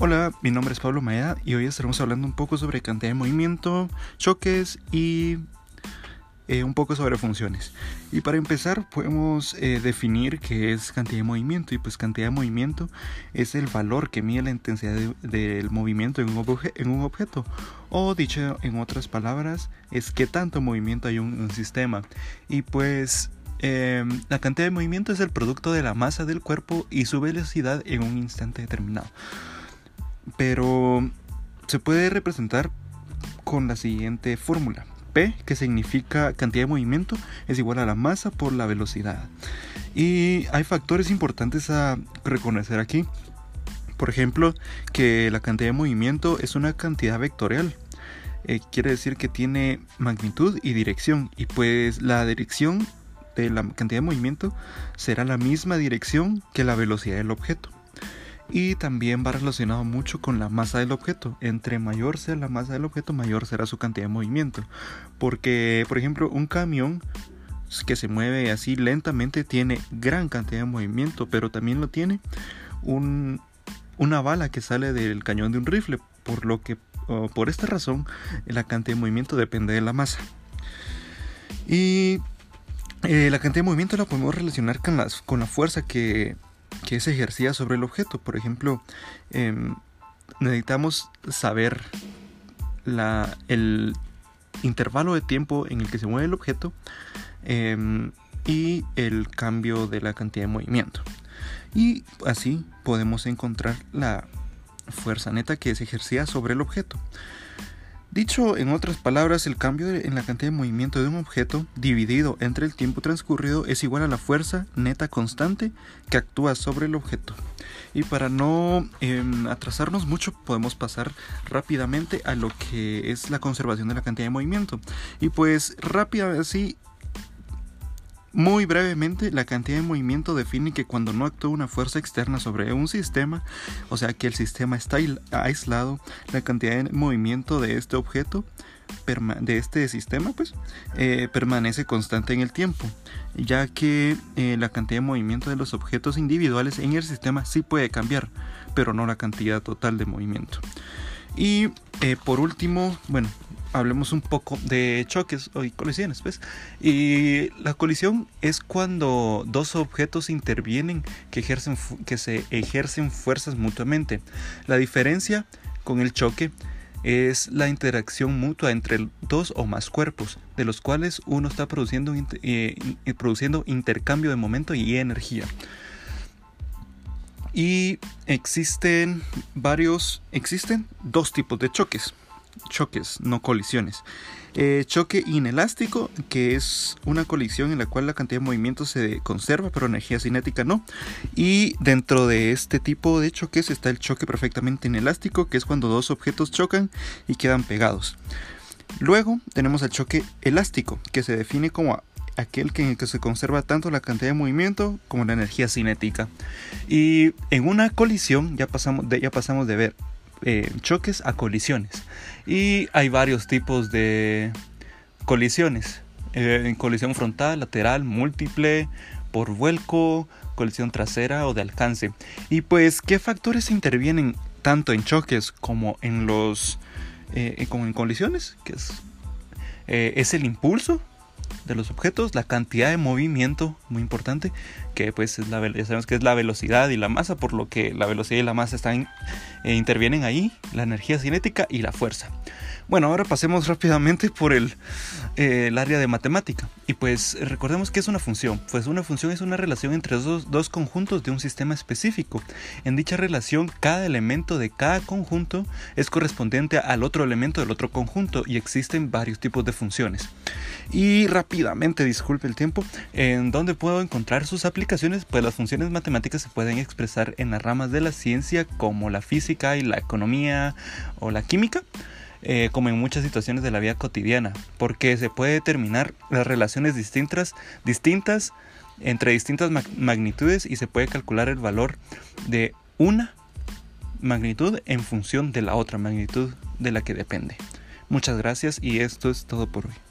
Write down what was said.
Hola, mi nombre es Pablo Maeda y hoy estaremos hablando un poco sobre cantidad de movimiento, choques y un poco sobre funciones. Y para empezar podemos definir qué es cantidad de movimiento. Y pues cantidad de movimiento es el valor que mide la intensidad del movimiento en un objeto. O dicho en otras palabras, es qué tanto movimiento hay en un sistema. Y pues la cantidad de movimiento es el producto de la masa del cuerpo y su velocidad en un instante determinado. Pero se puede representar con la siguiente fórmula. P, que significa cantidad de movimiento, es igual a la masa por la velocidad. Y hay factores importantes a reconocer aquí. Por ejemplo, que la cantidad de movimiento es una cantidad vectorial. Quiere decir que tiene magnitud y dirección. Y pues la dirección de la cantidad de movimiento será la misma dirección que la velocidad del objeto. Y también va relacionado mucho con la masa del objeto. Entre mayor sea la masa del objeto, mayor será su cantidad de movimiento. Porque, por ejemplo, un camión que se mueve así lentamente tiene gran cantidad de movimiento, pero también lo tiene una bala que sale del cañón de un rifle. Por esta razón, la cantidad de movimiento depende de la masa. Y la cantidad de movimiento la podemos relacionar con la fuerza que es ejercida sobre el objeto. Por ejemplo, necesitamos saber el intervalo de tiempo en el que se mueve el objeto y el cambio de la cantidad de movimiento. Y así podemos encontrar la fuerza neta que es ejercida sobre el objeto. Dicho en otras palabras, el cambio en la cantidad de movimiento de un objeto dividido entre el tiempo transcurrido es igual a la fuerza neta constante que actúa sobre el objeto. Y para no atrasarnos mucho, podemos pasar rápidamente a lo que es la conservación de la cantidad de movimiento. Y pues muy brevemente, la cantidad de movimiento define que cuando no actúa una fuerza externa sobre un sistema, o sea que el sistema está aislado, la cantidad de movimiento de este objeto, de este sistema, permanece constante en el tiempo, ya que la cantidad de movimiento de los objetos individuales en el sistema sí puede cambiar, pero no la cantidad total de movimiento. Y por último, hablemos un poco de choques o colisiones, Y la colisión es cuando dos objetos intervienen que se ejercen fuerzas mutuamente. La diferencia con el choque es la interacción mutua entre dos o más cuerpos, de los cuales uno está produciendo intercambio de momento y energía. Y existen dos tipos de choques, no colisiones. Choque inelástico, que es una colisión en la cual la cantidad de movimiento se conserva, pero energía cinética no. Y dentro de este tipo de choques está el choque perfectamente inelástico, que es cuando dos objetos chocan y quedan pegados. Luego tenemos el choque elástico, que se define como aquel en el que se conserva tanto la cantidad de movimiento como la energía cinética. Y en una colisión ya pasamos de ver choques a colisiones. Y hay varios tipos de colisiones. Colisión frontal, lateral, múltiple, por vuelco, colisión trasera o de alcance. Y pues, ¿qué factores intervienen tanto en choques como en colisiones? Que es el impulso de los objetos, la cantidad de movimiento, muy importante, que pues ya sabemos que es la velocidad y la masa, por lo que la velocidad y la masa intervienen ahí, la energía cinética y la fuerza. Bueno, ahora pasemos rápidamente por el área de matemática. Y pues recordemos que es una función. Pues una función es una relación entre dos conjuntos de un sistema específico. En dicha relación, cada elemento de cada conjunto es correspondiente al otro elemento del otro conjunto, y existen varios tipos de funciones. Y rápidamente, disculpe el tiempo, ¿en dónde puedo encontrar sus aplicaciones? Pues las funciones matemáticas se pueden expresar en las ramas de la ciencia como la física y la economía o la química, como en muchas situaciones de la vida cotidiana, porque se puede determinar las relaciones distintas entre distintas magnitudes, y se puede calcular el valor de una magnitud en función de la otra magnitud de la que depende. Muchas gracias, y esto es todo por hoy.